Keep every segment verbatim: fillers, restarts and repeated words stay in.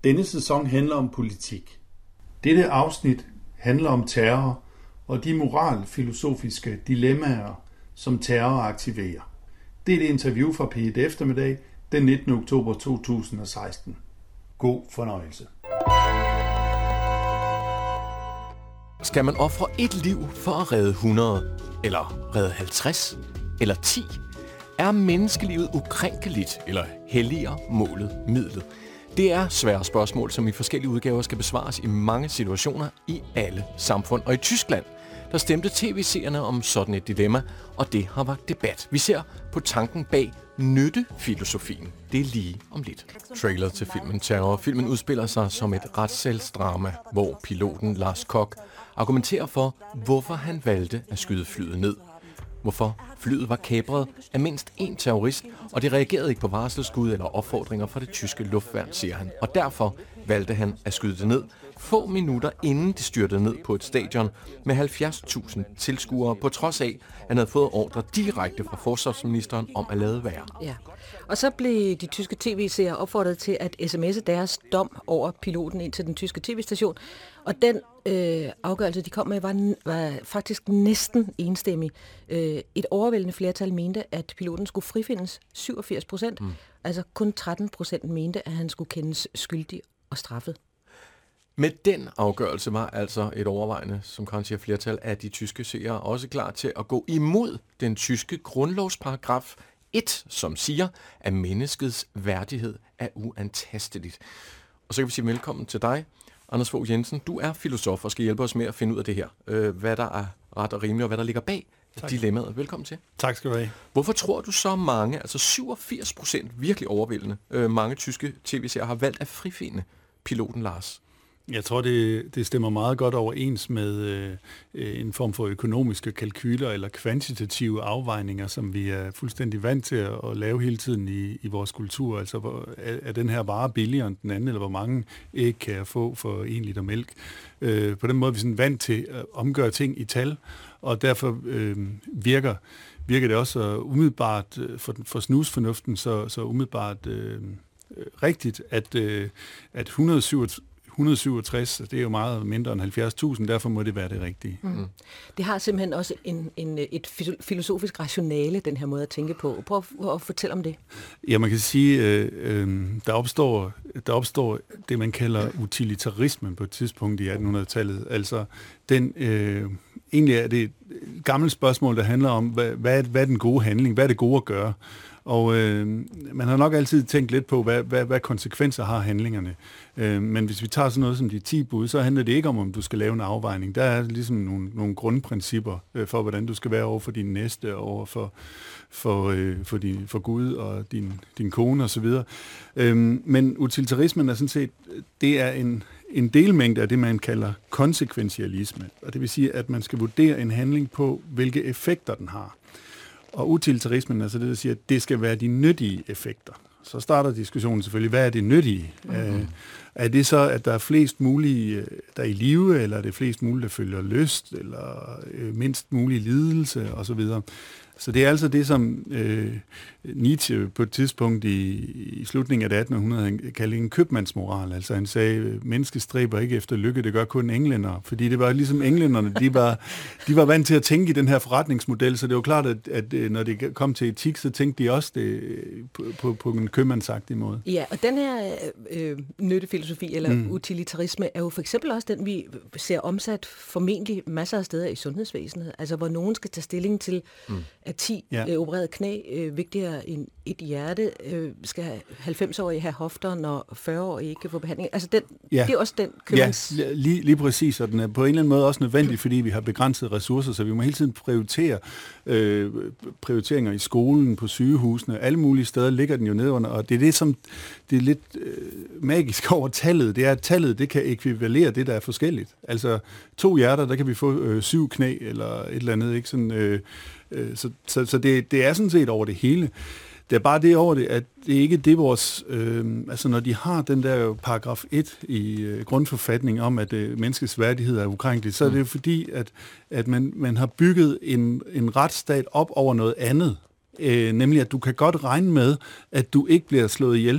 Denne sæson handler om politik. Dette afsnit handler om terror og de moralfilosofiske dilemmaer, som terror aktiverer. Det er et interview fra P et Eftermiddag den nittende oktober to tusind og seksten. God fornøjelse. Skal man ofre et liv for at redde hundrede, eller redde halvtreds, eller ti? Er menneskelivet ukrænkeligt, eller helliger målet midlet? Det er svære spørgsmål, som i forskellige udgaver skal besvares i mange situationer i alle samfund. Og i Tyskland, der stemte tv-seerne om sådan et dilemma, og det har vakt debat. Vi ser på tanken bag nyttefilosofien. Det er lige om lidt. Trailer til filmen Terror. Filmen udspiller sig som et retssagsdrama, hvor piloten Lars Koch argumenterer for, hvorfor han valgte at skyde flyet ned. Hvorfor flyet var kapret af mindst én terrorist, og det reagerede ikke på varselsskud eller opfordringer fra det tyske luftværn, siger han. Og derfor valgte han at skyde det ned få minutter inden de styrtede ned på et stadion med halvfjerds tusind tilskuere, på trods af, at han havde fået ordre direkte fra forsvarsministeren om at lade være. Ja. Og så blev de tyske tv-seere opfordret til at sms'e deres dom over piloten ind til den tyske tv-station. Og den øh, afgørelse, de kom med, var, var faktisk næsten enstemmig. Øh, et overvældende flertal mente, at piloten skulle frifindes, syvogfirs procent. Mm. Altså kun tretten procent mente, at han skulle kendes skyldig og straffet. Med den afgørelse var altså et overvejende, som kan sige flertal af de tyske seere, også klar til at gå imod den tyske grundlovsparagraf et, som siger, at menneskets værdighed er uantasteligt. Og så kan vi sige velkommen til dig, Anders Fogh Jensen. Du er filosof og skal hjælpe os med at finde ud af det her. Øh, hvad der er ret og rimeligt, og hvad der ligger bag tak. Dilemmaet. Velkommen til. Tak skal du have. Hvorfor tror du så mange, altså syvogfirs procent, virkelig overvældende, øh, mange tyske tv-seere har valgt at frifinde piloten Lars? Jeg tror, det, det stemmer meget godt overens med øh, en form for økonomiske kalkyler eller kvantitative afvejninger, som vi er fuldstændig vant til at, at lave hele tiden i, i vores kultur. Altså, hvor, er, er den her vare billigere end den anden, eller hvor mange æg kan jeg få for en liter mælk? Øh, på den måde er vi sådan vant til at omgøre ting i tal, og derfor øh, virker, virker det også umiddelbart for, for snusfornuften, så, så umiddelbart øh, rigtigt, at, øh, at et hundrede og syvogtres, det er jo meget mindre end halvfjerds tusind, derfor må det være det rigtige. Mm. Det har simpelthen også en, en, et filosofisk rationale, den her måde at tænke på. Prøv at, at fortælle om det. Ja, man kan sige, øh, øh, der, opstår, der opstår det, man kalder utilitarismen på et tidspunkt i attenhundredetallet. Altså, den, øh, egentlig er det et gammelt spørgsmål, der handler om, hvad, hvad, hvad er den gode handling, hvad er det gode at gøre? Og øh, man har nok altid tænkt lidt på, hvad, hvad, hvad konsekvenser har handlingerne. Øh, men hvis vi tager sådan noget som de ti bud, så handler det ikke om, om du skal lave en afvejning. Der er ligesom nogle, nogle grundprincipper øh, for, hvordan du skal være over for din næste, over for, for, øh, for, din, for Gud og din, din kone osv. Øh, men utilitarismen er sådan set, det er en, en delmængde af det, man kalder konsekventialisme. Og det vil sige, at man skal vurdere en handling på, hvilke effekter den har. Og utilitarismen, altså det, der siger, at det skal være de nyttige effekter. Så starter diskussionen selvfølgelig, hvad er det nyttige? Mm-hmm. Uh, er det så, at der er flest mulige, der er i live, eller er det flest mulige, der følger lyst, eller uh, mindst mulig lidelse, osv.? Så det er altså det, som øh, Nietzsche på et tidspunkt i, i slutningen af det attende århundrede kaldte en købmandsmoral. Altså han sagde, at mennesket stræber ikke efter lykke, det gør kun englænder. Fordi det var ligesom englænderne, de var, de var vant til at tænke i den her forretningsmodel, så det var klart, at, at når det kom til etik, så tænkte de også det på, på, på en købmandsagtig måde. Ja, og den her øh, nyttefilosofi eller mm. utilitarisme er jo for eksempel også den, vi ser omsat formentlig masser af steder i sundhedsvæsenet. Altså hvor nogen skal tage stilling til, mm. at ti ja. øh, opererede knæ øh, vigtigere end et hjerte, øh, skal halvfems-årige have hofter, når fyrre-årige ikke kan få behandling. Altså den, ja. det er også den købmands... Ja, lige, lige præcis, og den er på en eller anden måde også nødvendig, fordi vi har begrænsede ressourcer, så vi må hele tiden prioritere øh, prioriteringer i skolen, på sygehusene, alle mulige steder ligger den jo nedunder, og det er det, som det er lidt øh, magisk over tallet, det er, at tallet det kan ekvivalere det, der er forskelligt. Altså to hjerter, der kan vi få øh, syv knæ, eller et eller andet, ikke sådan... Øh, Så, så, så det, det er sådan set over det hele. Det er bare det over det, at det ikke er det vores... Øh, altså når de har den der paragraf et i øh, grundforfatning om, at øh, menneskets værdighed er ukrænkelig, så er det jo fordi, at, at man, man har bygget en, en retsstat op over noget andet. Øh, nemlig at du kan godt regne med, at du ikke bliver slået ihjel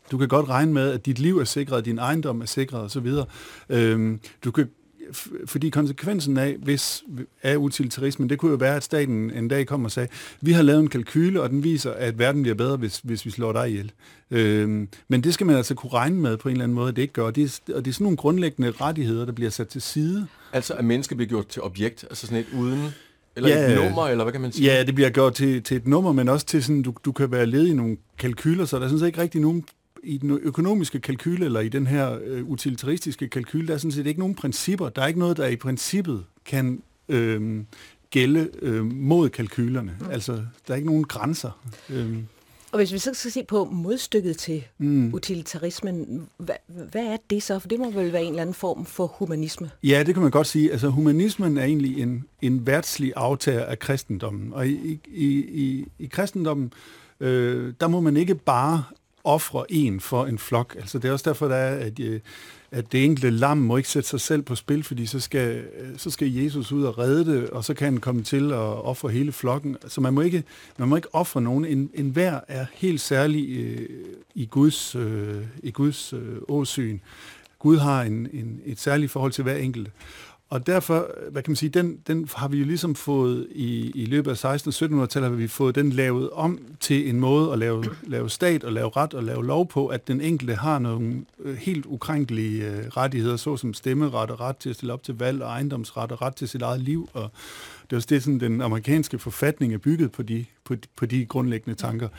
Du kan godt regne med, at dit liv er sikret, din ejendom er sikret osv. Øhm, du kan Fordi konsekvensen af, hvis, af utilitarismen, det kunne jo være, at staten en dag kommer og sagde, vi har lavet en kalkyle, og den viser, at verden bliver bedre, hvis, hvis vi slår dig ihjel. Øhm, men det skal man altså kunne regne med på en eller anden måde, at det ikke gør. Og det er, og det er sådan nogle grundlæggende rettigheder, der bliver sat til side. Altså at mennesker bliver gjort til objekt, altså sådan et uden... Eller ja, et nummer, eller hvad kan man sige? Ja, det bliver gjort til, til et nummer, men også til sådan, du, du kan være led i nogle kalkyler, så der er sådan set ikke rigtig nogen i den økonomiske kalkyle, eller i den her øh, utilitaristiske kalkyle, der er sådan set ikke nogen principper. Der er ikke noget, der i princippet kan øh, gælde øh, mod kalkylerne. Mm. Altså, der er ikke nogen grænser. Øh. Og hvis vi så skal se på modstykket til mm. utilitarismen, hvad, hvad er det så? For det må vel være en eller anden form for humanisme? Ja, det kan man godt sige. Altså, humanismen er egentlig en, en værtslig aftager af kristendommen. Og i, i, i, i kristendommen, øh, der må man ikke bare ofre en for en flok. Altså, det er også derfor, der er, at, at det enkelte lam må ikke sætte sig selv på spil, fordi så skal, så skal Jesus ud og redde det, og så kan han komme til at ofre hele flokken. Så man må ikke, man må ikke ofre nogen. En, en hver er helt særlig øh, i Guds, øh, i Guds øh, åsyn. Gud har en, en, et særligt forhold til hver enkelt. Og derfor, hvad kan man sige, den, den har vi jo ligesom fået i, i løbet af seksten- og syttenhundredetallet, har vi fået den lavet om til en måde at lave, lave stat og lave ret og lave lov på, at den enkelte har nogle helt ukrænkelige uh, rettigheder, såsom stemmeret og ret til at stille op til valg og ejendomsret og ret til sit eget liv. Og det er også det, sådan, den amerikanske forfatning er bygget på de, på, på de grundlæggende tanker.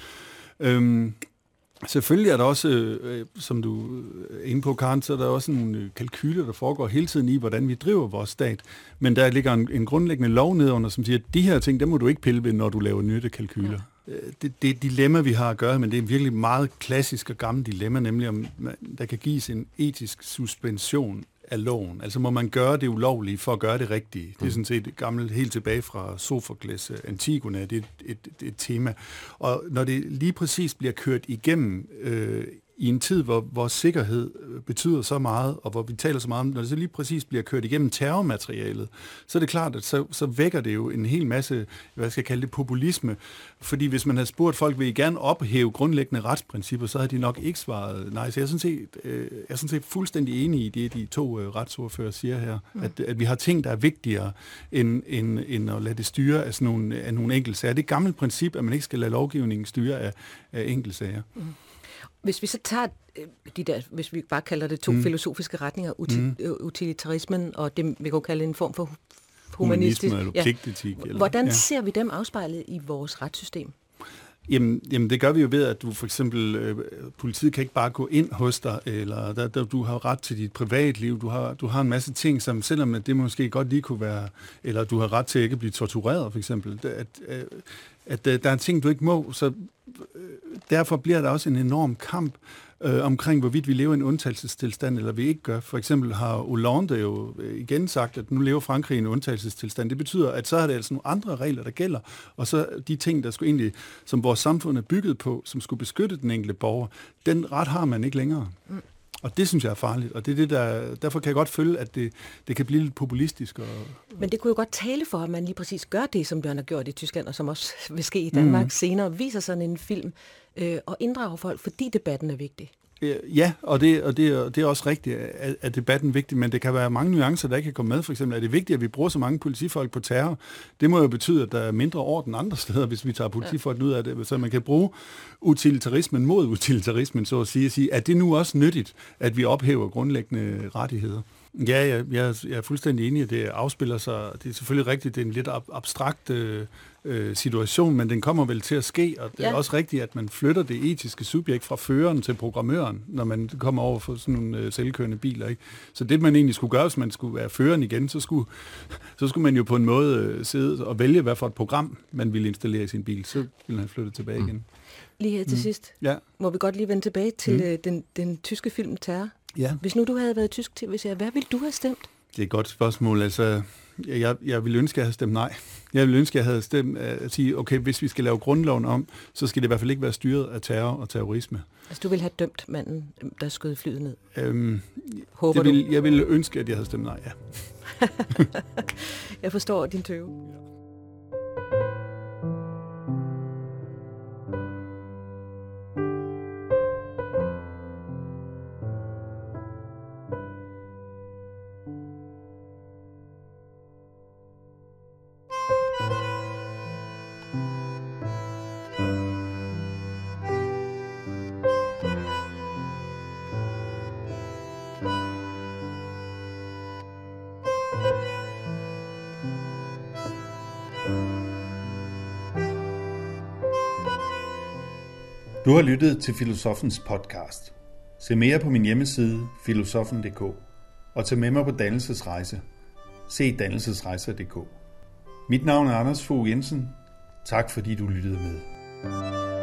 Um, Selvfølgelig er der også, øh, som du er inde på, Karen, så er der også nogle kalkyler, der foregår hele tiden i, hvordan vi driver vores stat. Men der ligger en, en grundlæggende lov nedunder, som siger, at de her ting, der må du ikke pille ved, når du laver nyttekalkyler. Ja. Det, det er et dilemma, vi har at gøre, men det er et virkelig meget klassisk og gammelt dilemma, nemlig om der kan gives en etisk suspension af loven. Altså må man gøre det ulovlige for at gøre det rigtige. Det er sådan set gammelt, helt tilbage fra Sofokles Antigona, det er et, et, et tema. Og når det lige præcis bliver kørt igennem øh, i en tid, hvor vores sikkerhed betyder så meget, og hvor vi taler så meget om, når det så lige præcis bliver kørt igennem terrormaterialet, så er det klart, at så, så vækker det jo en hel masse, hvad skal jeg kalde det, populisme. Fordi hvis man havde spurgt folk, vil I gerne ophæve grundlæggende retsprincipper, så havde de nok ikke svaret nej. Så jeg er sådan set, øh, jeg er sådan set fuldstændig enig i det, de to øh, retsordfører siger her, mm. at, at vi har ting, der er vigtigere, end, end, end at lade det styre af, sådan nogle, af nogle enkeltsager. Det er et gammelt princip, at man ikke skal lade lovgivningen styre af, af enkeltsager. Mm. Hvis vi så tager de der, hvis vi bare kalder det to mm. filosofiske retninger, uti- mm. utilitarismen og det, vi kan kalde en form for humanistisk. Humanisme eller pligtetik. Ja. Hvordan ja. ser vi dem afspejlet i vores retssystem? Jamen, jamen, det gør vi jo ved, at du for eksempel, øh, politiet kan ikke bare gå ind hos dig, eller der, der, du har ret til dit privatliv, du har, du har en masse ting, som selvom det måske godt lige kunne være, eller du har ret til ikke at blive tortureret, for eksempel, at, at, at, at der er ting, du ikke må, så øh, derfor bliver der også en enorm kamp øh, omkring, hvorvidt vi lever i en undtagelsestilstand, eller vi ikke gør. For eksempel har Hollande jo igen sagt, at nu lever Frankrig i en undtagelsestilstand. Det betyder, at så er det altså nogle andre regler, der gælder, og så de ting, der skulle egentlig, som vores samfund er bygget på, som skulle beskytte den enkelte borger, den ret har man ikke længere. Mm. Og det synes jeg er farligt, og det er det, der, derfor kan jeg godt føle, at det, det kan blive lidt populistisk. Og, Men det kunne jo godt tale for, at man lige præcis gør det, som Bjørn har gjort i Tyskland, og som også vil ske i Danmark mm. senere, viser sådan en film øh, og inddrager folk, fordi debatten er vigtig. Ja, og det, og det, og det er også rigtigt, at, at debatten er vigtig, men det kan være mange nuancer, der ikke kan komme med. For eksempel er det vigtigt, at vi bruger så mange politifolk på terror. Det må jo betyde, at der er mindre orden andre steder, hvis vi tager politifolk ud af det. Så man kan bruge utilitarismen mod utilitarismen, så at sige, at sige, er det nu også nyttigt, at vi ophæver grundlæggende rettigheder? Ja, jeg, jeg, jeg er fuldstændig enig, at det afspiller sig. Det er selvfølgelig rigtigt, det er en lidt ab- abstrakt øh, situation, men den kommer vel til at ske, og det ja. er også rigtigt, at man flytter det etiske subjekt fra føreren til programmøren, når man kommer over for sådan nogle øh, selvkørende biler. Ikke? Så det, man egentlig skulle gøre, hvis man skulle være føreren igen, så skulle, så skulle man jo på en måde øh, sidde og vælge, hvad for et program man ville installere i sin bil. Så ville han flytte tilbage mm. igen. Lige her til mm. sidst, ja. må vi godt lige vende tilbage til mm. øh, den, den tyske film Terror. Ja. Hvis nu du havde været tysk tv-serie, hvad ville du have stemt? Det er et godt spørgsmål. Altså, jeg, jeg ville ønske, at jeg havde stemt nej. Jeg ville ønske, at jeg havde stemt at sige, okay, hvis vi skal lave grundloven om, så skal det i hvert fald ikke være styret af terror og terrorisme. Altså, du ville have dømt manden, der skød flyet ned? Øhm, Håber det ville, du? Jeg ville ønske, at jeg havde stemt nej, ja. Jeg forstår din tøve. Du har lyttet til Filosofens podcast. Se mere på min hjemmeside filosofen punktum d k og tag med mig på dannelsesrejse. Se dannelsesrejser punktum d k. Mit navn er Anders Fogh Jensen. Tak fordi du lyttede med.